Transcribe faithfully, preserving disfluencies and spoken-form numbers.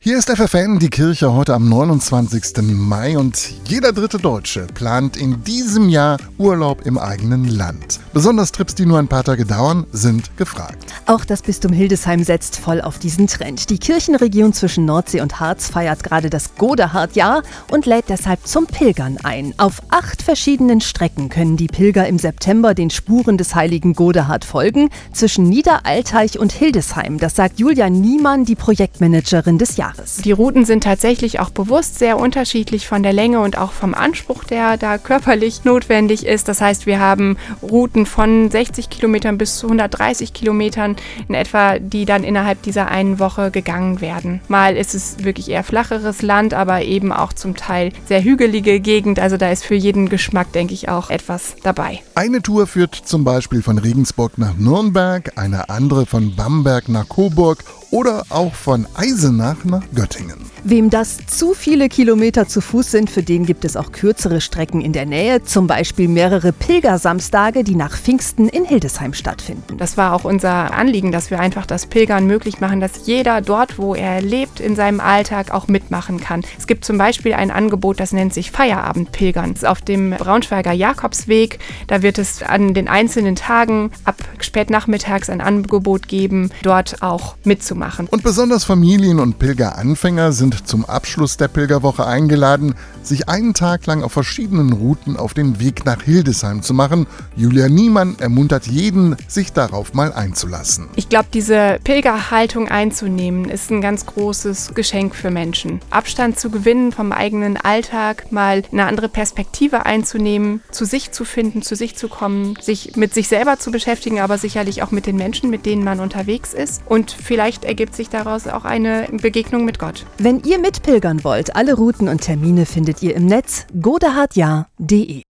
Hier ist F F N, die Kirche, heute am neunundzwanzigsten Mai, und jeder dritte Deutsche plant in diesem Jahr Urlaub im eigenen Land. Besonders Trips, die nur ein paar Tage dauern, sind gefragt. Auch das Bistum Hildesheim setzt voll auf diesen Trend. Die Kirchenregion zwischen Nordsee und Harz feiert gerade das Godehard-Jahr und lädt deshalb zum Pilgern ein. Auf acht verschiedenen Strecken können die Pilger im September den Spuren des heiligen Godehard folgen, zwischen Niederalteich und Hildesheim. Das sagt Julia Niemann, die Projektmanagerin des Jahres. Die Routen sind tatsächlich auch bewusst sehr unterschiedlich von der Länge und auch vom Anspruch, der da körperlich notwendig ist. Das heißt, wir haben Routen von sechzig Kilometern bis zu hundertdreißig Kilometern in etwa, die dann innerhalb dieser einen Woche gegangen werden. Mal ist es wirklich eher flacheres Land, aber eben auch zum Teil sehr hügelige Gegend. Also da ist für jeden Geschmack, denke ich, auch etwas dabei. Eine Tour führt zum Beispiel von Regensburg nach Nürnberg, eine andere von Bamberg nach Coburg oder auch von Eisenach nach Göttingen. Wem das zu viele Kilometer zu Fuß sind, für den gibt es auch kürzere Strecken in der Nähe, zum Beispiel mehrere Pilgersamstage, die nach Pfingsten in Hildesheim stattfinden. Das war auch unser Anliegen, dass wir einfach das Pilgern möglich machen, dass jeder dort, wo er lebt, in seinem Alltag auch mitmachen kann. Es gibt zum Beispiel ein Angebot, das nennt sich Feierabendpilgern. Das ist auf dem Braunschweiger Jakobsweg. Da wird es an den einzelnen Tagen ab spätnachmittags ein Angebot geben, dort auch mitzumachen. Und besonders Familien und Pilgeranfänger sind zum Abschluss der Pilgerwoche eingeladen, sich einen Tag lang auf verschiedenen Routen auf den Weg nach Hildesheim zu machen. Julia Niemann ermuntert jeden, sich darauf mal einzulassen. Ich glaube, diese Pilgerhaltung einzunehmen, ist ein ganz großes Geschenk für Menschen. Abstand zu gewinnen vom eigenen Alltag, mal eine andere Perspektive einzunehmen, zu sich zu finden, zu sich zu kommen, sich mit sich selber zu beschäftigen, aber sicherlich auch mit den Menschen, mit denen man unterwegs ist. Und vielleicht ergibt sich daraus auch eine Begegnung mit Gott. Wenn ihr mitpilgern wollt, alle Routen und Termine findet ihr im Netz godehardjahr punkt de.